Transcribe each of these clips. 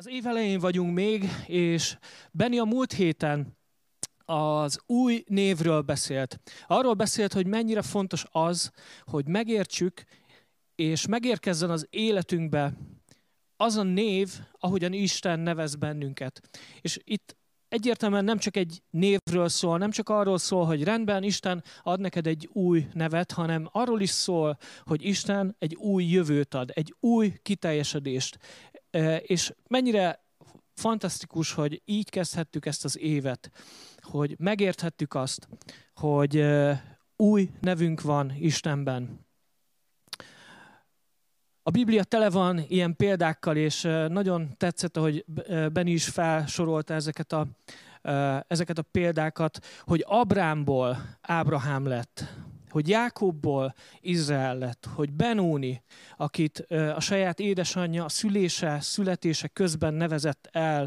Az év elején vagyunk még, és Benni a múlt héten az új névről beszélt. Arról beszélt, hogy mennyire fontos az, hogy megértsük, és megérkezzen az életünkbe az a név, ahogyan Isten nevez bennünket. És itt egyértelműen nem csak egy névről szól, nem csak arról szól, hogy rendben, Isten ad neked egy új nevet, hanem arról is szól, hogy Isten egy új jövőt ad, egy új kiteljesedést. És mennyire fantasztikus, hogy így kezdhettük ezt az évet, hogy megérthettük azt, hogy új nevünk van Istenben. A Biblia tele van ilyen példákkal, és nagyon tetszett, ahogy Benni is felsorolta ezeket a példákat, hogy Abrámból Ábrahám lett, hogy Jákobból Izrael lett, hogy Benóni, akit a saját édesanyja a születése közben nevezett el,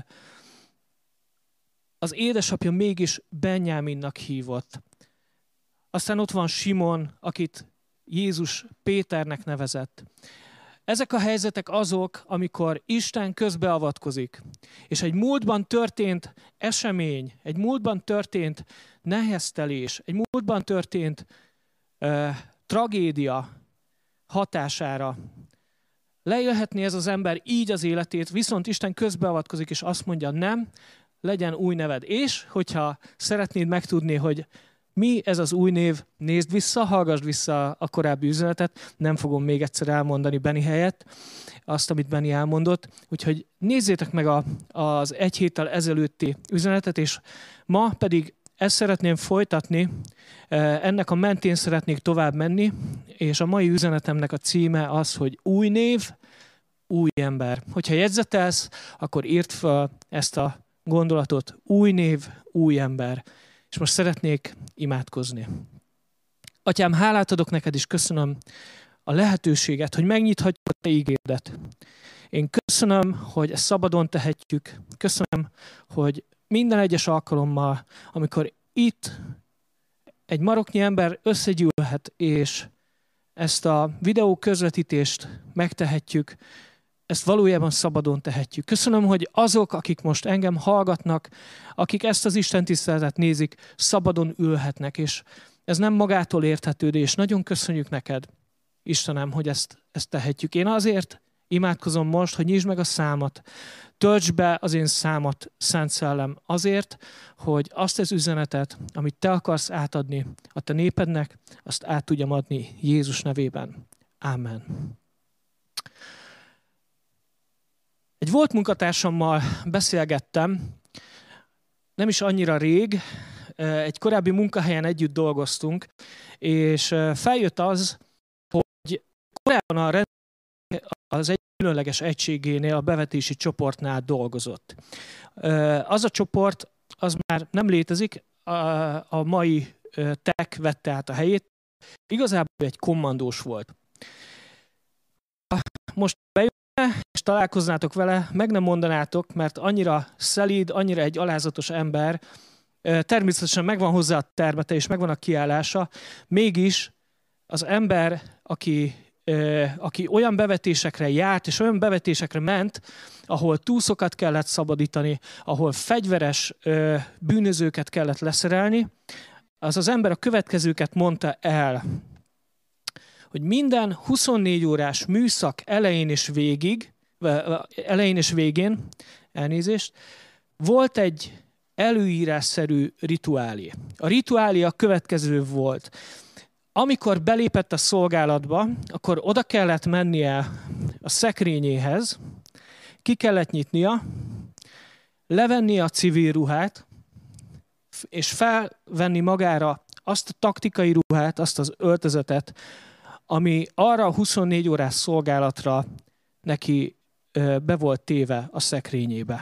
az édesapja mégis Benjáminnak hívott. Aztán ott van Simon, akit Jézus Péternek nevezett. Ezek a helyzetek azok, amikor Isten közbeavatkozik, és egy múltban történt esemény, egy múltban történt neheztelés, egy múltban történt tragédia hatására leélhetné ez az ember így az életét, viszont Isten közbeavatkozik, és azt mondja, nem, legyen új neved. És hogyha szeretnéd megtudni, hogy mi ez az új név, nézd vissza, hallgassd vissza a korábbi üzenetet, nem fogom még egyszer elmondani Benni helyett, azt, amit Benni elmondott. Úgyhogy nézzétek meg az egy héttel ezelőtti üzenetet, és ma pedig ezt szeretném folytatni, ennek a mentén szeretnék tovább menni, és a mai üzenetemnek a címe az, hogy új név, új ember. Hogyha jegyzetelsz, akkor írd fel ezt a gondolatot, új név, új ember. És most szeretnék imádkozni. Atyám, hálát adok neked, és köszönöm a lehetőséget, hogy megnyithatjuk a te ígéretet. Én köszönöm, hogy ezt szabadon tehetjük. Köszönöm, hogy minden egyes alkalommal, amikor itt egy maroknyi ember összegyűlhet, és ezt a videó közvetítést megtehetjük, ezt valójában szabadon tehetjük. Köszönöm, hogy azok, akik most engem hallgatnak, akik ezt az istentiszteletet nézik, szabadon ülhetnek, és ez nem magától érthetődő, és nagyon köszönjük neked, Istenem, hogy ezt tehetjük. Én azért imádkozom most, hogy nyisd meg a számat, töltsd be az én számat, Szent Szellem, azért, hogy azt az üzenetet, amit te akarsz átadni a te népednek, azt át tudjam adni Jézus nevében. Ámen. Egy volt munkatársammal beszélgettem, nem is annyira rég, egy korábbi munkahelyen együtt dolgoztunk, és feljött az, hogy korábban az egy különleges egységénél, a bevetési csoportnál dolgozott. Az a csoport, az már nem létezik, a mai tech vette át a helyét, igazából egy kommandós volt. Most bejön, és találkoznátok vele, meg nem mondanátok, mert annyira szelíd, annyira egy alázatos ember, természetesen megvan hozzá a termete, és megvan a kiállása, mégis az ember, aki olyan bevetésekre járt, és olyan bevetésekre ment, ahol túszokat kellett szabadítani, ahol fegyveres bűnözőket kellett leszerelni, az ember a következőket mondta el, hogy minden 24 órás műszak elején és végén, volt egy előírásszerű rituálé. A rituálé a következő volt. Amikor belépett a szolgálatba, akkor oda kellett mennie a szekrényéhez, ki kellett nyitnia, levennie a civil ruhát, és felvenni magára azt a taktikai ruhát, azt az öltözetet, ami arra a 24 órás szolgálatra neki be volt téve a szekrényébe.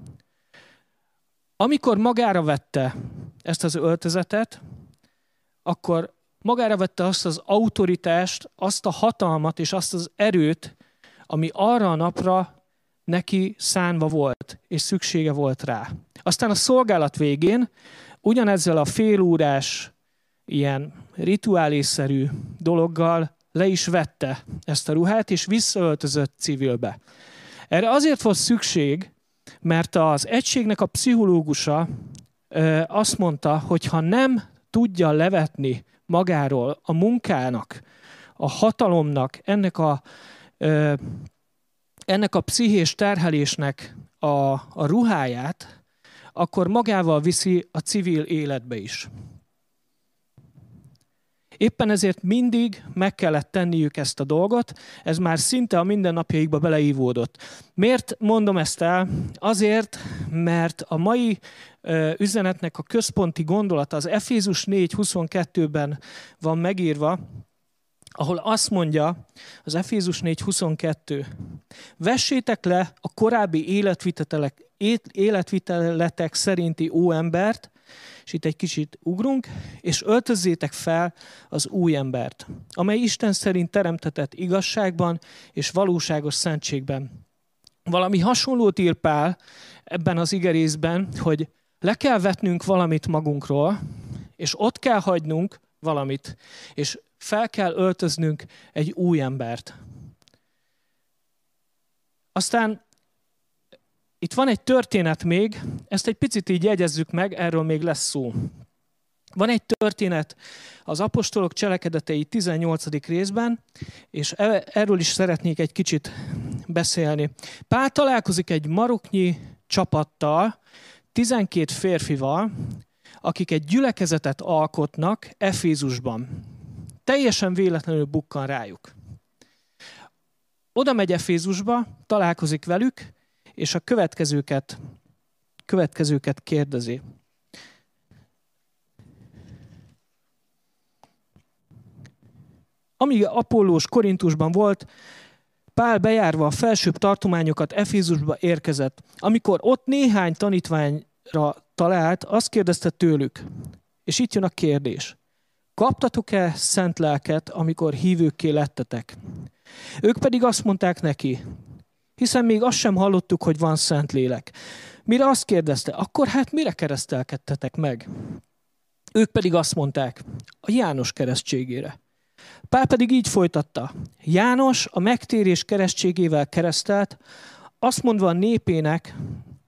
Amikor magára vette ezt az öltözetet, akkor magára vette azt az autoritást, azt a hatalmat és azt az erőt, ami arra a napra neki szánva volt, és szüksége volt rá. Aztán a szolgálat végén ugyanezzel a félórás, ilyen rituálésszerű dologgal le is vette ezt a ruhát, és visszaöltözött civilbe. Erre azért volt szükség, Mert az egységnek a pszichológusa azt mondta, hogy ha nem tudja levetni magáról a munkának, a hatalomnak, ennek a pszichés terhelésnek a ruháját, akkor magával viszi a civil életbe is. Éppen ezért mindig meg kellett tenniük ezt a dolgot, ez már szinte a mindennapjaikba beleívódott. Miért mondom ezt el? Azért, mert a mai üzenetnek a központi gondolata az Efézus 4.22-ben van megírva, ahol azt mondja, az Efézus 4.22, vessétek le a korábbi életviteletek szerinti óembert, és itt egy kicsit ugrunk, és öltözzétek fel az új embert, amely Isten szerint teremtetett igazságban és valóságos szentségben. Valami hasonlót ír Pál ebben az igerészben, hogy le kell vetnünk valamit magunkról, és ott kell hagynunk valamit, és fel kell öltöznünk egy új embert. Aztán itt van egy történet még, ezt egy picit így jegyezzük meg, erről még lesz szó. Van egy történet az apostolok cselekedetei 18. részben, és erről is szeretnék egy kicsit beszélni. Pál találkozik egy maroknyi csapattal, 12 férfival, akik egy gyülekezetet alkotnak Efézusban. Teljesen véletlenül bukkan rájuk. Oda megy Efézusba, találkozik velük, és a következőket kérdezi. Amíg Apollós Korintusban volt, Pál bejárva a felsőbb tartományokat Efézusba érkezett. Amikor ott néhány tanítványra talált, azt kérdezte tőlük, és itt jön a kérdés. Kaptatok-e szent lelket, amikor hívőkké lettetek? Ők pedig azt mondták neki, hiszen még azt sem hallottuk, hogy van szent lélek. Mire azt kérdezte, akkor hát mire keresztelkedtetek meg? Ők pedig azt mondták, a János keresztségére. Pál pedig így folytatta. János a megtérés keresztségével keresztelt, azt mondva a népének,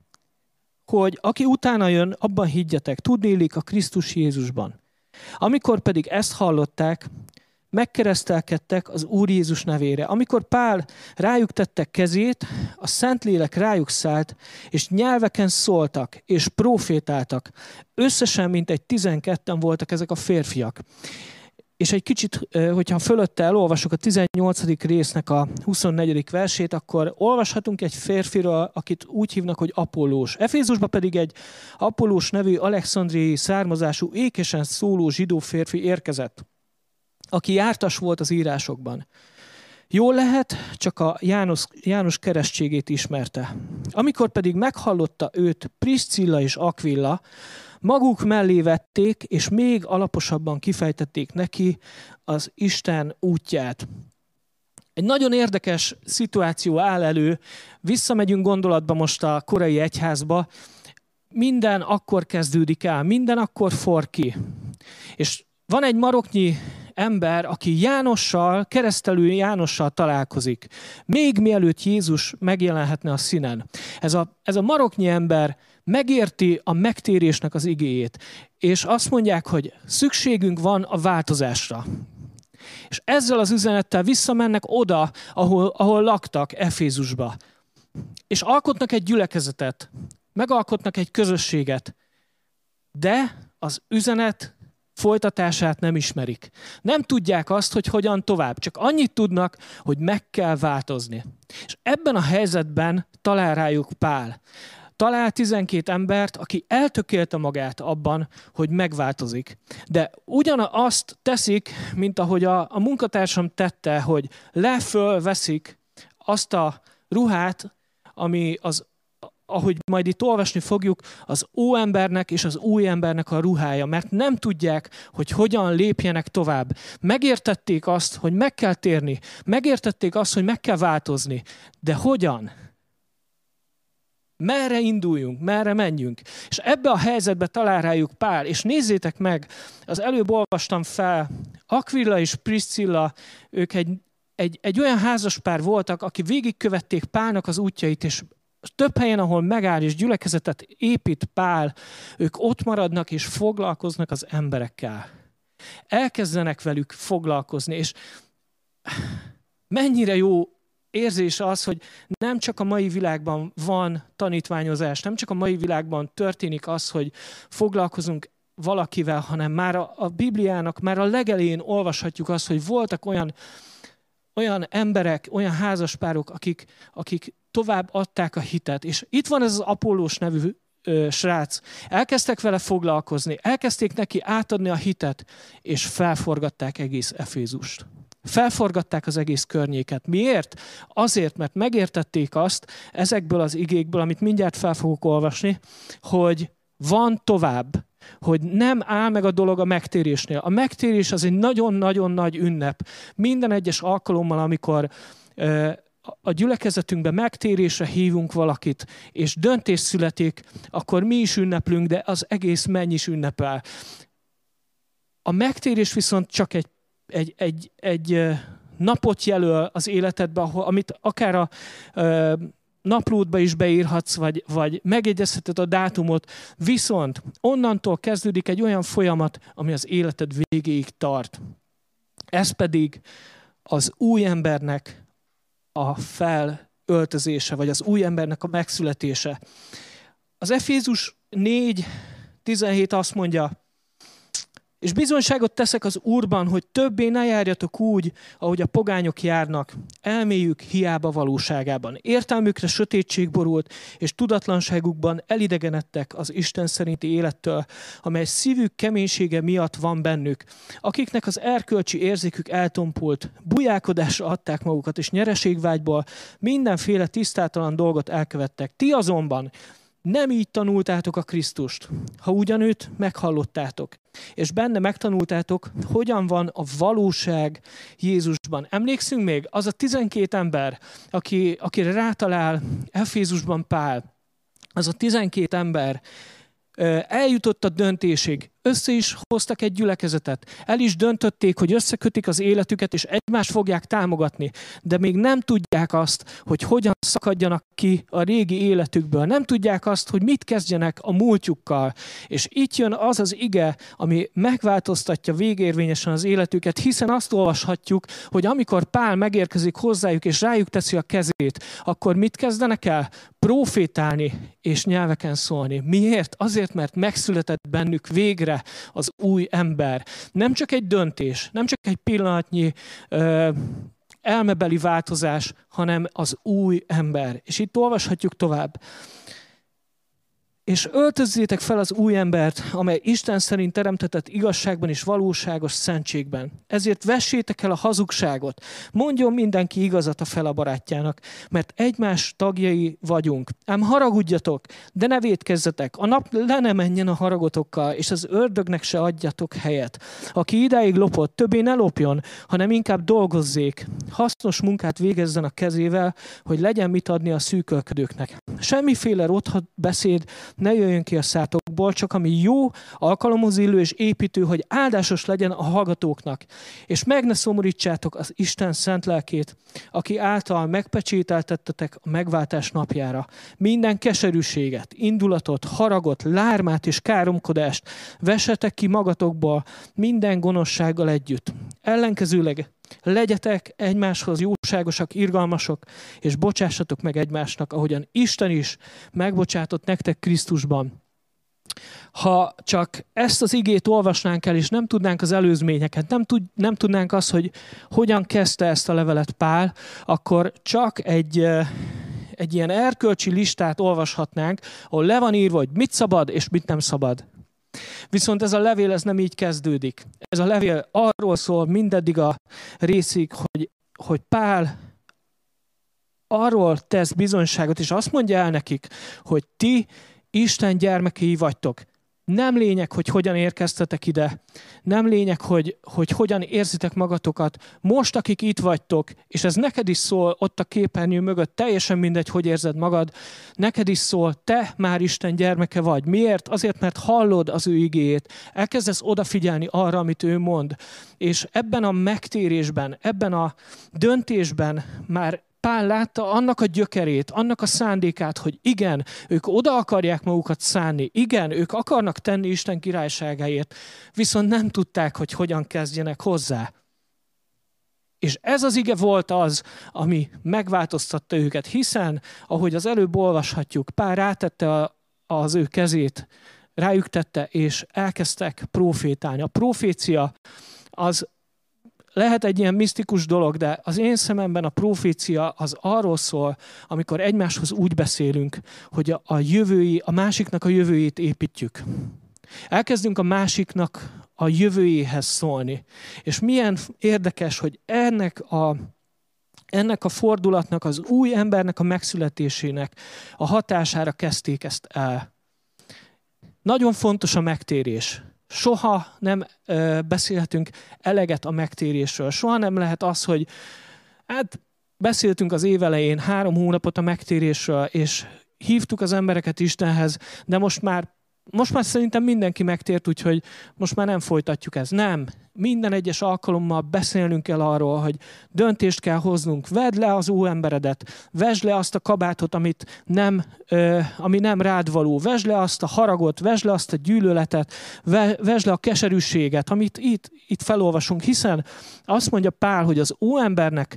hogy aki utána jön, abban higgyetek, tudnélik a Krisztus Jézusban. Amikor pedig ezt hallották, megkeresztelkedtek az Úr Jézus nevére. Amikor Pál rájuk tette kezét, a Szentlélek rájuk szállt, és nyelveken szóltak, és prófétáltak. Összesen mintegy 12-en voltak ezek a férfiak. És egy kicsit, hogyha fölötte elolvasok a 18. résznek a 24. versét, akkor olvashatunk egy férfiról, akit úgy hívnak, hogy Apollós. Efézusban pedig egy Apollós nevű alexandriai származású, ékesen szóló zsidó férfi érkezett, aki jártas volt az írásokban. Jól lehet, csak a János keresztségét ismerte. Amikor pedig meghallotta őt Priscilla és Aquilla, maguk mellé vették, és még alaposabban kifejtették neki az Isten útját. Egy nagyon érdekes szituáció áll elő, visszamegyünk gondolatba most a korai egyházba, minden akkor kezdődik el, minden akkor for ki. És van egy maroknyi ember, aki Jánossal, keresztelő Jánossal találkozik, még mielőtt Jézus megjelenhetne a színen. Ez a maroknyi ember megérti a megtérésnek az igéjét, és azt mondják, hogy szükségünk van a változásra. És ezzel az üzenettel visszamennek oda, ahol laktak, Efézusba. És alkotnak egy gyülekezetet, megalkotnak egy közösséget, de az üzenet folytatását nem ismerik. Nem tudják azt, hogy hogyan tovább. Csak annyit tudnak, hogy meg kell változni. És ebben a helyzetben talál rájuk Pál. Talál 12 embert, aki eltökélte magát abban, hogy megváltozik. De ugyanazt teszik, mint ahogy a munkatársam tette, hogy lefölveszik azt a ruhát, ami ahogy majd itt olvasni fogjuk, az óembernek és az új embernek a ruhája, mert nem tudják, hogy hogyan lépjenek tovább. Megértették azt, hogy meg kell térni, megértették azt, hogy meg kell változni, de hogyan? Merre induljunk, merre menjünk? És ebbe a helyzetbe talál rájuk Pál, és nézzétek meg, az előbb olvastam fel, Aquilla és Priscilla, ők egy olyan házaspár voltak, aki végigkövették Pálnak az útjait, és több helyen, ahol megáll és gyülekezetet épít Pál, ők ott maradnak és foglalkoznak az emberekkel. Elkezdenek velük foglalkozni, és mennyire jó érzés az, hogy nem csak a mai világban van tanítványozás, nem csak a mai világban történik az, hogy foglalkozunk valakivel, hanem már a Bibliának már a legelején olvashatjuk azt, hogy voltak olyan emberek, olyan házaspárok, akik tovább adták a hitet. És itt van ez az Apollós nevű srác. Elkezdtek vele foglalkozni, elkezdték neki átadni a hitet, és felforgatták egész Efézust. Felforgatták az egész környéket. Miért? Azért, mert megértették azt ezekből az igékből, amit mindjárt fel fogok olvasni, hogy van tovább, hogy nem áll meg a dolog a megtérésnél. A megtérés az egy nagyon-nagyon nagy ünnep. Minden egyes alkalommal, amikor a gyülekezetünkben megtérésre hívunk valakit, és döntés születik, akkor mi is ünneplünk, de az egész menny is ünnepel. A megtérés viszont csak egy napot jelöl az életedbe, amit akár a naplódba is beírhatsz, vagy megjegyezheted a dátumot, viszont onnantól kezdődik egy olyan folyamat, ami az életed végéig tart. Ez pedig az új embernek a felöltözése, vagy az új embernek a megszületése. Az Efézus 4:17 azt mondja, és bizonyságot teszek az Úrban, hogy többé ne járjatok úgy, ahogy a pogányok járnak, elméjük hiába valóságában. Értelmükre sötétség borult, és tudatlanságukban elidegenedtek az Isten szerinti élettől, amely szívük keménysége miatt van bennük, akiknek az erkölcsi érzékük eltompult, bujálkodásra adták magukat, és nyereségvágyból mindenféle tisztátalan dolgot elkövettek. Ti azonban nem így tanultátok a Krisztust, ha ugyanőt meghallottátok, és benne megtanultátok, hogyan van a valóság Jézusban. Emlékszünk még? Az a 12 ember, akire rátalál Efézusban Pál, az a 12 ember eljutott a döntésig, össze is hoztak egy gyülekezetet, el is döntötték, hogy összekötik az életüket, és egymást fogják támogatni, de még nem tudják azt, hogy hogyan szakadjanak ki a régi életükből. Nem tudják azt, hogy mit kezdjenek a múltjukkal. És itt jön az az ige, ami megváltoztatja végérvényesen az életüket, hiszen azt olvashatjuk, hogy amikor Pál megérkezik hozzájuk, és rájuk teszi a kezét, akkor mit kezdenek el? Profétálni és nyelveken szólni. Miért? Azért, mert megszületett bennük végre az új ember. Nem csak egy döntés, nem csak egy pillanatnyi elmebeli változás, hanem az új ember. És itt olvashatjuk tovább. És öltözzétek fel az új embert, amely Isten szerint teremtetett igazságban és valóságos szentségben. Ezért vessétek el a hazugságot. Mondjon mindenki igazat a fele barátjának, mert egymás tagjai vagyunk. Ám haragudjatok, de ne vétkezzetek. A nap le ne menjen a haragotokkal, és az ördögnek se adjatok helyet. Aki idáig lopott, többé ne lopjon, hanem inkább dolgozzék. Hasznos munkát végezzen a kezével, hogy legyen mit adni a szűkölködőknek. Semmiféle rothadt beszéd ne jöjjön ki a szátokból, csak ami jó, alkalomhoz illő és építő, hogy áldásos legyen a hallgatóknak. És meg ne szomorítsátok az Isten szent lelkét, aki által megpecsételtettetek a megváltás napjára. Minden keserűséget, indulatot, haragot, lármát és káromkodást vessetek ki magatokból minden gonoszsággal együtt. Ellenkezőleg legyetek egymáshoz jóságosak, irgalmasok, és bocsássatok meg egymásnak, ahogyan Isten is megbocsátott nektek Krisztusban. Ha csak ezt az igét olvasnánk el, és nem tudnánk az előzményeket, nem tudnánk azt, hogy hogyan kezdte ezt a levelet Pál, akkor csak egy ilyen erkölcsi listát olvashatnánk, ahol le van írva, hogy mit szabad és mit nem szabad. Viszont ez a levél ez nem így kezdődik. Ez a levél arról szól mindeddig a részig, hogy Pál arról tesz bizonyságot, és azt mondja el nekik, hogy ti Isten gyermekei vagytok. Nem lényeg, hogy hogyan érkeztetek ide. Nem lényeg, hogy hogyan érzitek magatokat. Most, akik itt vagytok, és ez neked is szól ott a képernyő mögött, teljesen mindegy, hogy érzed magad, neked is szól, te már Isten gyermeke vagy. Miért? Azért, mert hallod az ő igéjét. Elkezdesz odafigyelni arra, amit ő mond. És ebben a megtérésben, ebben a döntésben már Pál látta annak a gyökerét, annak a szándékát, hogy igen, ők oda akarják magukat szánni, igen, ők akarnak tenni Isten királyságáért, viszont nem tudták, hogy hogyan kezdjenek hozzá. És ez az ige volt az, ami megváltoztatta őket, hiszen, ahogy az előbb olvashatjuk, Pál rátette az ő kezét, rájuk tette, és elkezdtek profétálni. A profécia az lehet egy ilyen misztikus dolog, de az én szememben a profécia az arról szól, amikor egymáshoz úgy beszélünk, hogy a másiknak a jövőjét építjük. Elkezdünk a másiknak a jövőjéhez szólni. És milyen érdekes, hogy ennek a fordulatnak, az új embernek a megszületésének a hatására kezdték ezt el. Nagyon fontos a megtérés. Soha nem beszélhetünk eleget a megtérésről. Soha nem lehet az, hogy beszéltünk az év elején 3 hónapot a megtérésről, és hívtuk az embereket Istenhez, de most már szerintem mindenki megtért, úgyhogy most már nem folytatjuk ezt. Nem. Minden egyes alkalommal beszélnünk kell arról, hogy döntést kell hoznunk. Vedd le az óemberedet, vesd le azt a kabátot, ami nem rád való. Vesd le azt a haragot, vesd le azt a gyűlöletet, vesd le a keserűséget, amit itt felolvasunk, hiszen azt mondja Pál, hogy az óembernek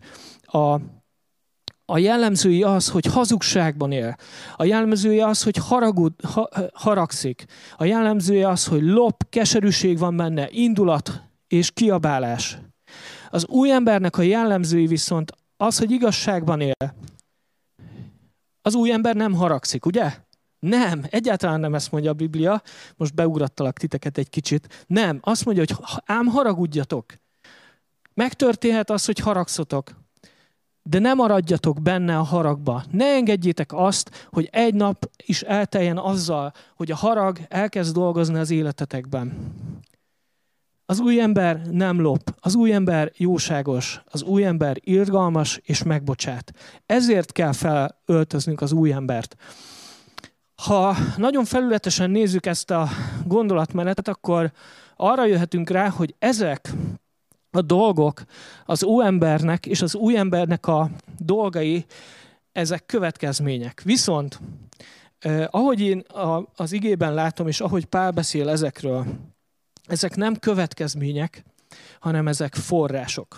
a jellemzői az, hogy hazugságban él. A jellemzői az, hogy haragszik. A jellemzői az, hogy lop, keserűség van benne, indulat és kiabálás. Az új embernek a jellemzői viszont az, hogy igazságban él. Az új ember nem haragszik, ugye? Nem, egyáltalán nem ezt mondja a Biblia. Most beugrattalak titeket egy kicsit. Nem, azt mondja, hogy ám haragudjatok. Megtörténhet az, hogy haragszotok. De ne maradjatok benne a haragba. Ne engedjétek azt, hogy egy nap is elteljen azzal, hogy a harag elkezd dolgozni az életetekben. Az új ember nem lop, az új ember jóságos, az új ember irgalmas és megbocsát. Ezért kell felöltöznünk az új embert. Ha nagyon felületesen nézzük ezt a gondolatmenetet, akkor arra jöhetünk rá, hogy ezek a dolgok az óembernek és az új embernek a dolgai, ezek következmények. Viszont, ahogy én az igében látom, és ahogy Pál beszél ezekről, ezek nem következmények, hanem ezek források.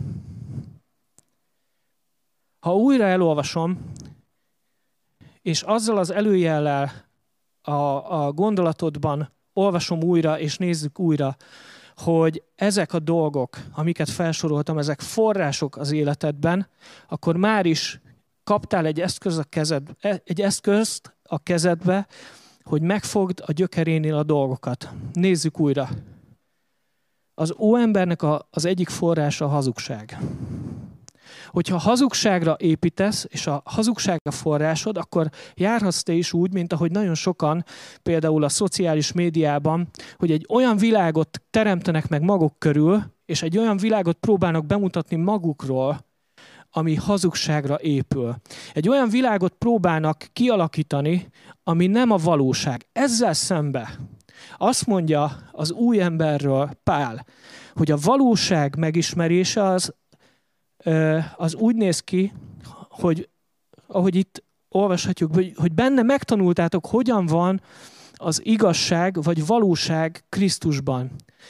Ha újra elolvasom, és azzal az előjellel a gondolatodban olvasom újra, és nézzük újra, hogy ezek a dolgok, amiket felsoroltam, ezek források az életedben, akkor már is kaptál egy eszközt a kezedbe, hogy megfogd a gyökerénél a dolgokat. Nézzük újra. Az óembernek az egyik forrása a hazugság. Hogyha hazugságra építesz, és a hazugság a forrásod, akkor járhatsz te is úgy, mint ahogy nagyon sokan, például a szociális médiában, hogy egy olyan világot teremtenek meg maguk körül, és egy olyan világot próbálnak bemutatni magukról, ami hazugságra épül. Egy olyan világot próbálnak kialakítani, ami nem a valóság. Ezzel szembe azt mondja az új emberről Pál, hogy a valóság megismerése az úgy néz ki, hogy ahogy itt olvashatjuk, hogy benne megtanultátok, hogyan van az igazság vagy valóság Krisztusban.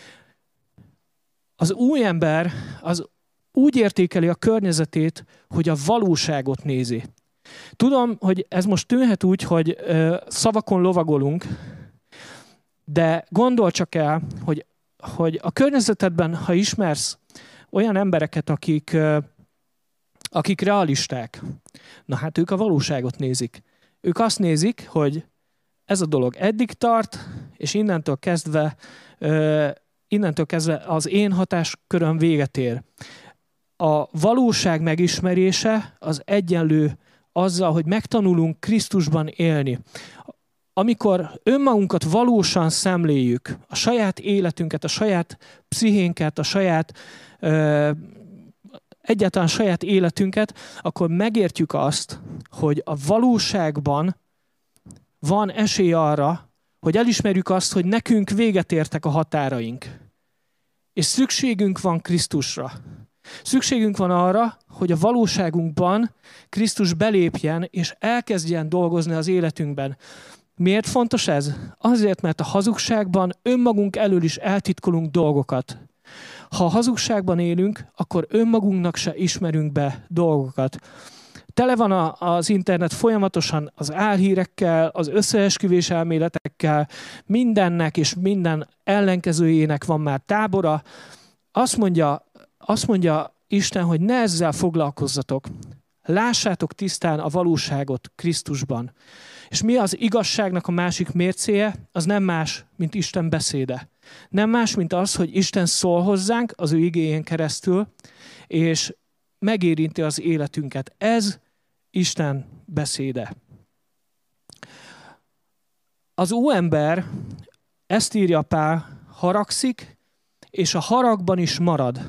Az új ember az úgy értékeli a környezetét, hogy a valóságot nézi. Tudom, hogy ez most tűnhet úgy, hogy szavakon lovagolunk, de gondolj csak el, hogy a környezetedben, ha ismersz olyan embereket, akik realisták, na hát ők a valóságot nézik. Ők azt nézik, hogy ez a dolog eddig tart, és innentől kezdve az én hatásköröm véget ér. A valóság megismerése az egyenlő azzal, hogy megtanulunk Krisztusban élni. Amikor önmagunkat valósan szemléljük, a saját életünket, a saját pszichénket, egyáltalán saját életünket, akkor megértjük azt, hogy a valóságban van esély arra, hogy elismerjük azt, hogy nekünk véget értek a határaink. És szükségünk van Krisztusra. Szükségünk van arra, hogy a valóságunkban Krisztus belépjen, és elkezdjen dolgozni az életünkben. Miért fontos ez? Azért, mert a hazugságban önmagunk elől is eltitkolunk dolgokat. Ha a hazugságban élünk, akkor önmagunknak se ismerünk be dolgokat. Tele van az internet folyamatosan az álhírekkel, az összeesküvés elméletekkel, mindennek és minden ellenkezőjének van már tábora. Azt mondja Isten, hogy ne ezzel foglalkozzatok. Lássátok tisztán a valóságot Krisztusban. És mi az igazságnak a másik mércéje? Az nem más, mint Isten beszéde. Nem más, mint az, hogy Isten szól hozzánk az ő igéjén keresztül, és megérinti az életünket. Ez Isten beszéde. Az óember, ezt írja Pál, haragszik, és a haragban is marad.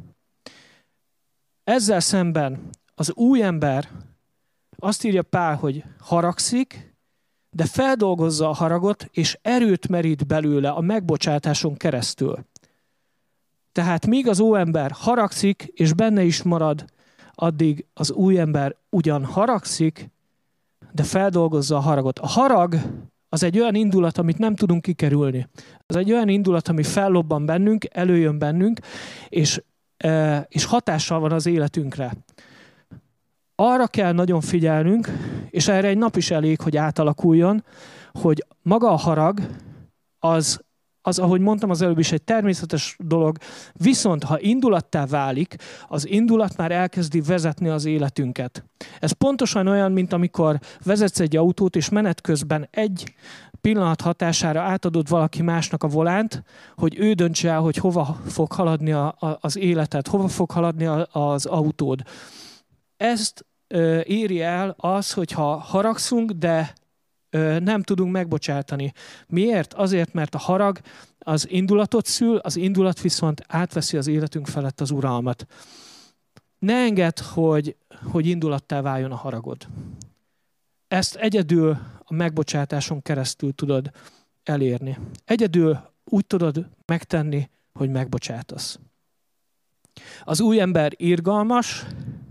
Ezzel szemben az új ember, azt írja Pál, hogy haragszik, de feldolgozza a haragot, és erőt merít belőle a megbocsátáson keresztül. Tehát míg az óember haragszik, és benne is marad, addig az új ember ugyan haragszik, de feldolgozza a haragot. A harag az egy olyan indulat, amit nem tudunk kikerülni. Az egy olyan indulat, ami fellobban bennünk, előjön bennünk, és hatással van az életünkre. Arra kell nagyon figyelnünk, és erre egy nap is elég, hogy átalakuljon, hogy maga a harag, az ahogy mondtam az előbb is, egy természetes dolog, viszont ha indulattá válik, az indulat már elkezdi vezetni az életünket. Ez pontosan olyan, mint amikor vezetsz egy autót, és menet közben egy pillanat hatására átadod valaki másnak a volánt, hogy ő döntse el, hogy hova fog haladni az életed, hova fog haladni az autód. Ezt éri el az, hogyha haragszunk, de nem tudunk megbocsátani. Miért? Azért, mert a harag az indulatot szül, az indulat viszont átveszi az életünk felett az uralmat. Ne engedd, hogy indulattá váljon a haragod. Ezt egyedül a megbocsátáson keresztül tudod elérni. Egyedül úgy tudod megtenni, hogy megbocsátasz. Az új ember irgalmas,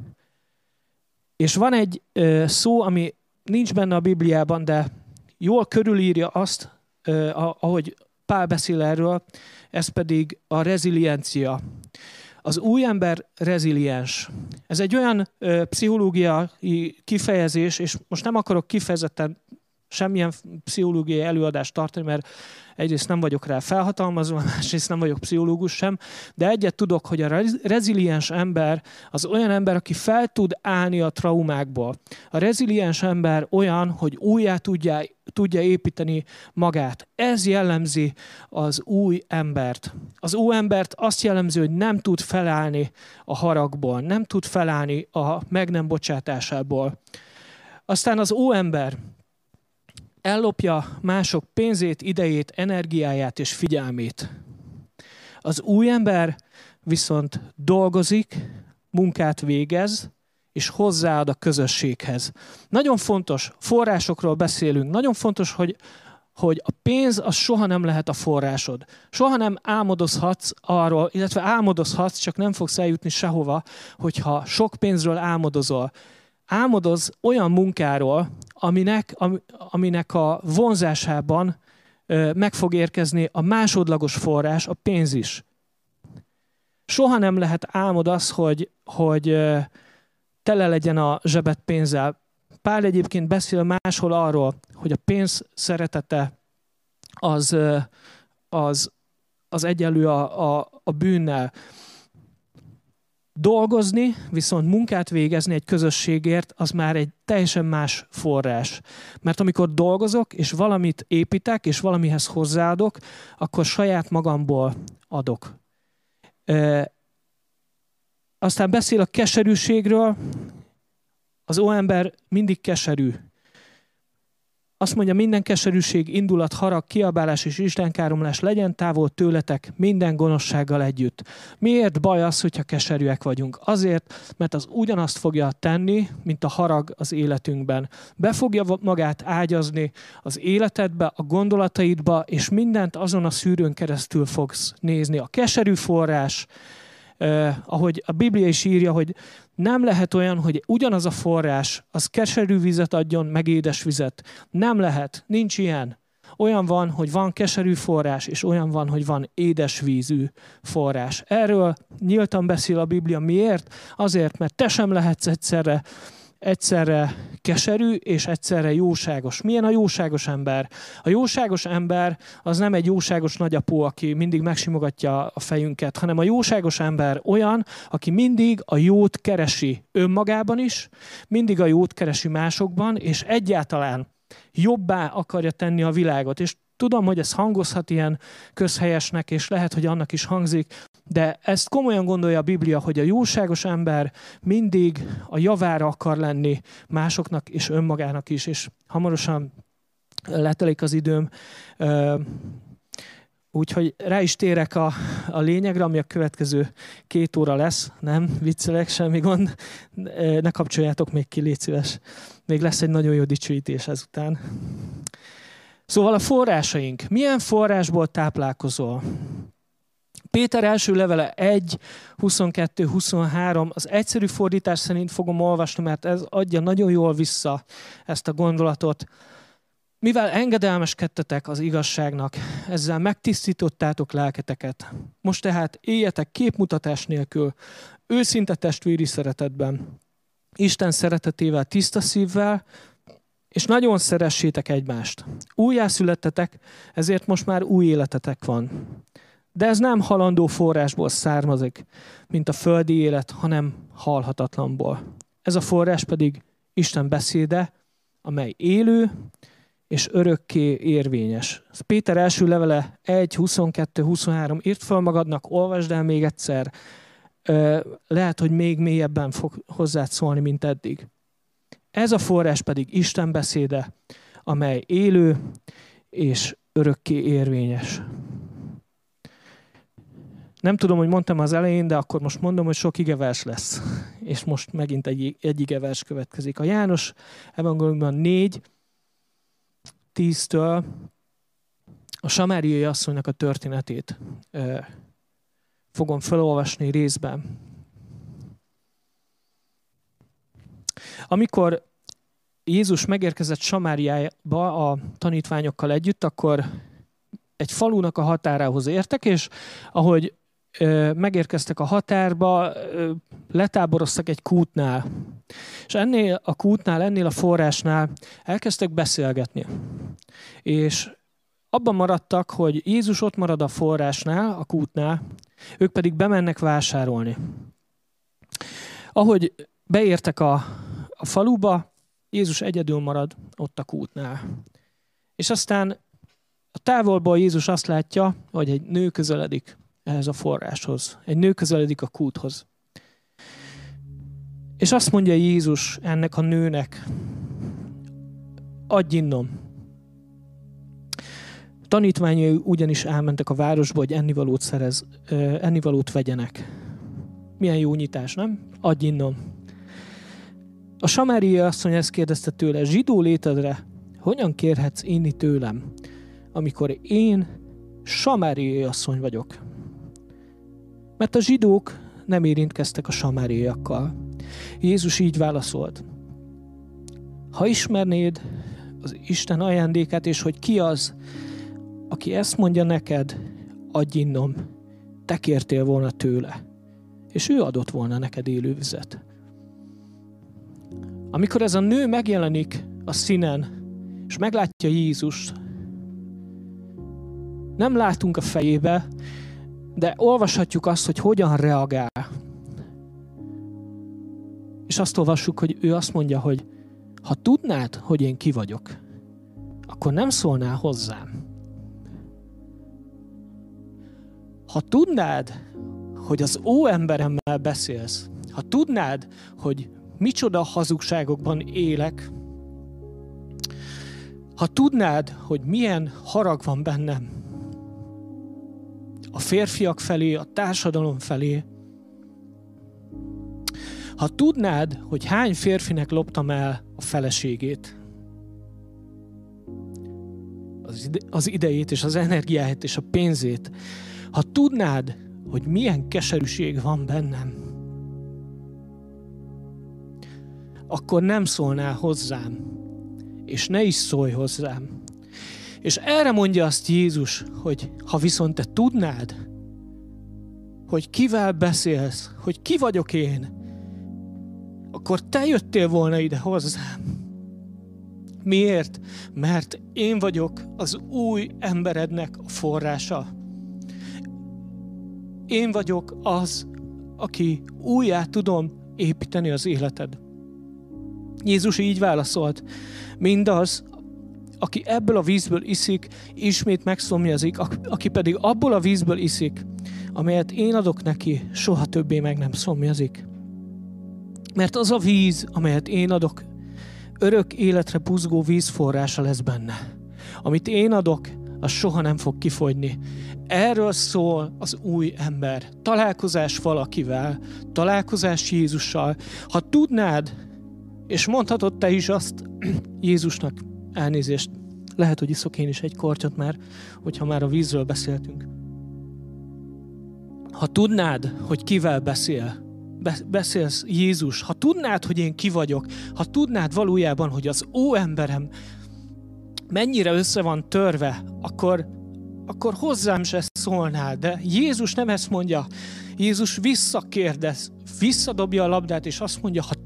és van egy szó, ami nincs benne a Bibliában, de jól körülírja azt, ahogy Pál beszél erről, ez pedig a reziliencia. Az új ember reziliens. Ez egy olyan pszichológiai kifejezés, és most nem akarok kifejezetten semmilyen pszichológiai előadást tartani, mert egyrészt nem vagyok rá felhatalmazva, másrészt nem vagyok pszichológus sem, de egyet tudok, hogy a reziliens ember az olyan ember, aki fel tud állni a traumákból. A reziliens ember olyan, hogy újjá tudja építeni magát. Ez jellemzi az új embert. Az új embert azt jellemzi, hogy nem tud felállni a haragból, nem tud felállni a meg nem bocsátásából. Aztán az óember ellopja mások pénzét, idejét, energiáját és figyelmét. Az új ember viszont dolgozik, munkát végez, és hozzáad a közösséghez. Nagyon fontos, forrásokról beszélünk, nagyon fontos, hogy a pénz az soha nem lehet a forrásod. Soha nem álmodozhatsz arról, illetve álmodozhatsz, csak nem fogsz eljutni sehova, hogyha sok pénzről álmodozol. Álmodoz olyan munkáról, aminek a vonzásában meg fog érkezni a másodlagos forrás, a pénz is. Soha nem lehet álmod az, hogy tele legyen a zsebed pénzzel. Pál egyébként beszél máshol arról, hogy a pénz szeretete az egyenlő a bűnnel. Dolgozni, viszont munkát végezni egy közösségért, az már egy teljesen más forrás. Mert amikor dolgozok, és valamit építek, és valamihez hozzáadok, akkor saját magamból adok. Aztán beszél a keserűségről. Az óember mindig keserű. Azt mondja, minden keserűség, indulat, harag, kiabálás és istenkáromlás legyen távol tőletek minden gonoszsággal együtt. Miért baj az, hogyha keserűek vagyunk? Azért, mert az ugyanazt fogja tenni, mint a harag az életünkben. Be fogja magát ágyazni az életedbe, a gondolataidba, és mindent azon a szűrőn keresztül fogsz nézni. A keserű forrás ahogy a Biblia is írja, hogy nem lehet olyan, hogy ugyanaz a forrás, az keserű vizet adjon, meg édes vizet. Nem lehet, nincs ilyen. Olyan van, hogy van keserű forrás, és olyan van, hogy van édes vízű forrás. Erről nyíltan beszél a Biblia. Miért? Azért, mert te sem lehetsz egyszerre keserű és egyszerre jóságos. Milyen a jóságos ember? A jóságos ember az nem egy jóságos nagyapó, aki mindig megsimogatja a fejünket, hanem a jóságos ember olyan, aki mindig a jót keresi önmagában is, mindig a jót keresi másokban, és egyáltalán jobbá akarja tenni a világot. És tudom, hogy ez hangozhat ilyen közhelyesnek, és lehet, hogy annak is hangzik, de ezt komolyan gondolja a Biblia, hogy a jóságos ember mindig a javára akar lenni másoknak és önmagának is, és hamarosan letelik az időm, úgyhogy rá is térek a lényegre, ami a következő 2 óra lesz. Nem, viccelek, semmi gond. Ne kapcsoljátok még ki, légy szíves. Még lesz egy nagyon jó dicsőítés ezután. Szóval a forrásaink. Milyen forrásból táplálkozol? Péter első levele 1, 22, 23. Az egyszerű fordítás szerint fogom olvasni, mert ez adja nagyon jól vissza ezt a gondolatot. Mivel engedelmeskedtetek az igazságnak, ezzel megtisztítottátok lelketeket. Most tehát éljetek képmutatás nélkül, őszinte testvéri szeretetben, Isten szeretetével, tiszta szívvel, és nagyon szeressétek egymást. Újjászülettetek, ezért most már új életetek van. De ez nem halandó forrásból származik, mint a földi élet, hanem halhatatlanból. Ez a forrás pedig Isten beszéde, amely élő és örökké érvényes. Ez Péter első levele 1, 22, 23. Írd fel magadnak, olvasd el még egyszer. Lehet, hogy még mélyebben fog hozzád szólni, mint eddig. Ez a forrás pedig Isten beszéde, amely élő és örökké érvényes. Nem tudom, hogy mondtam az elején, de akkor most mondom, hogy sok igevers lesz. És most megint egy igevers következik. A János evangéliumban 4, 10-től a samáriai asszonynak a történetét fogom felolvasni részben. Amikor Jézus megérkezett Samáriába a tanítványokkal együtt, akkor egy falunak a határához értek, és ahogy megérkeztek a határba, letáboroztak egy kútnál. És ennél a kútnál, ennél a forrásnál elkezdtek beszélgetni. És abban maradtak, hogy Jézus ott marad a forrásnál, a kútnál, ők pedig bemennek vásárolni. Ahogy beértek a faluba, Jézus egyedül marad ott a kútnál. És aztán a távolból Jézus azt látja, hogy egy nő közeledik ehhez a forráshoz. Egy nő közeledik a kúthoz. És azt mondja Jézus ennek a nőnek, adj innom. Tanítványai ugyanis elmentek a városba, hogy ennivalót vegyenek. Milyen jó nyitás, nem? Adj innom. A samáriai asszony ezt kérdezte tőle, zsidó létedre, hogyan kérhetsz inni tőlem, amikor én samáriai asszony vagyok? Mert a zsidók nem érintkeztek a samáriaiakkal. Jézus így válaszolt. Ha ismernéd az Isten ajándékát, és hogy ki az, aki ezt mondja neked, adj innom, te kértél volna tőle, és ő adott volna neked élő vizet. Amikor ez a nő megjelenik a színen, és meglátja Jézust, nem látunk a fejébe, de olvashatjuk azt, hogy hogyan reagál. És azt olvassuk, hogy ő azt mondja, hogy ha tudnád, hogy én ki vagyok, akkor nem szólnál hozzám. Ha tudnád, hogy az óemberemmel beszélsz, ha tudnád, hogy micsoda hazugságokban élek, ha tudnád, hogy milyen harag van bennem a férfiak felé, a társadalom felé, ha tudnád, hogy hány férfinek loptam el a feleségét, az idejét és az energiáját és a pénzét, ha tudnád, hogy milyen keserűség van bennem, akkor nem szólnál hozzám, és ne is szólj hozzám. És erre mondja azt Jézus, hogy ha viszont te tudnád, hogy kivel beszélsz, hogy ki vagyok én, akkor te jöttél volna ide hozzám. Miért? Mert én vagyok az új emberednek a forrása. Én vagyok az, aki újjá tudom építeni az életed. Jézus így válaszolt, mindaz, aki ebből a vízből iszik, ismét megszomjazik, aki pedig abból a vízből iszik, amelyet én adok neki, soha többé meg nem szomjazik. Mert az a víz, amelyet én adok, örök életre buzgó vízforrása lesz benne. Amit én adok, az soha nem fog kifogyni. Erről szól az új ember. Találkozás valakivel, találkozás Jézussal. Ha tudnád, és mondhatod te is azt Jézusnak, elnézést, lehet, hogy iszok én is egy kortyot már, hogyha már a vízről beszéltünk. Ha tudnád, hogy kivel beszélsz Jézus, ha tudnád, hogy én ki vagyok, ha tudnád valójában, hogy az óemberem mennyire össze van törve, akkor hozzám se szólnál. De Jézus nem ezt mondja. Jézus visszakérdez, visszadobja a labdát, és azt mondja, ha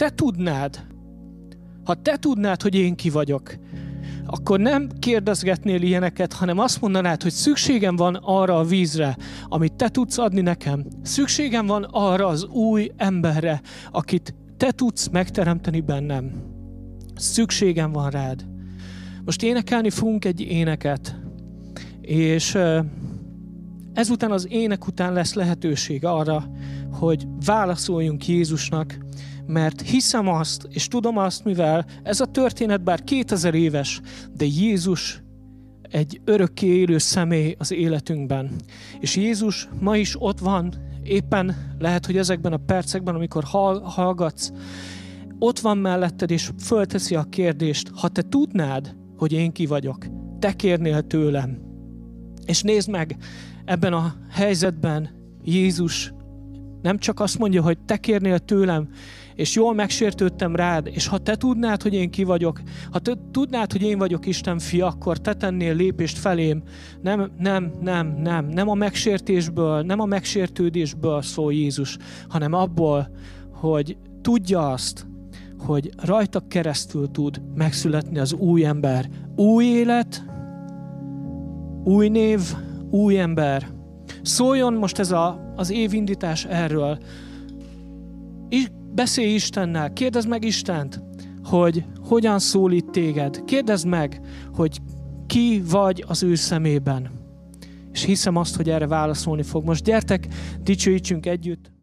te tudnád, hogy én ki vagyok, akkor nem kérdezgetnél ilyeneket, hanem azt mondanád, hogy szükségem van arra a vízre, amit te tudsz adni nekem. Szükségem van arra az új emberre, akit te tudsz megteremteni bennem. Szükségem van rád. Most énekelni fogunk egy éneket, és ezután az ének után lesz lehetőség arra, hogy válaszoljunk Jézusnak, mert hiszem azt, és tudom azt, mivel ez a történet bár 2000 éves, de Jézus egy örökké élő személy az életünkben. És Jézus ma is ott van, éppen lehet, hogy ezekben a percekben, amikor hallgatsz, ott van melletted, és fölteszi a kérdést, ha te tudnád, hogy én ki vagyok, te kérnél tőlem. És nézd meg, ebben a helyzetben Jézus nem csak azt mondja, hogy te kérnél tőlem, és jól megsértődtem rád, és ha te tudnád, hogy én ki vagyok, ha te tudnád, hogy én vagyok Isten fia, akkor te tennél lépést felém. Nem a megsértésből, nem a megsértődésből szól Jézus, hanem abból, hogy tudja azt, hogy rajta keresztül tud megszületni az új ember. Új élet, új név, új ember. Szóljon most ez az évindítás erről. Beszélj Istennel, kérdezd meg Istent, hogy hogyan szólít téged. Kérdezd meg, hogy ki vagy az ő szemében. És hiszem azt, hogy erre válaszolni fog. Most gyertek, dicsőítsünk együtt.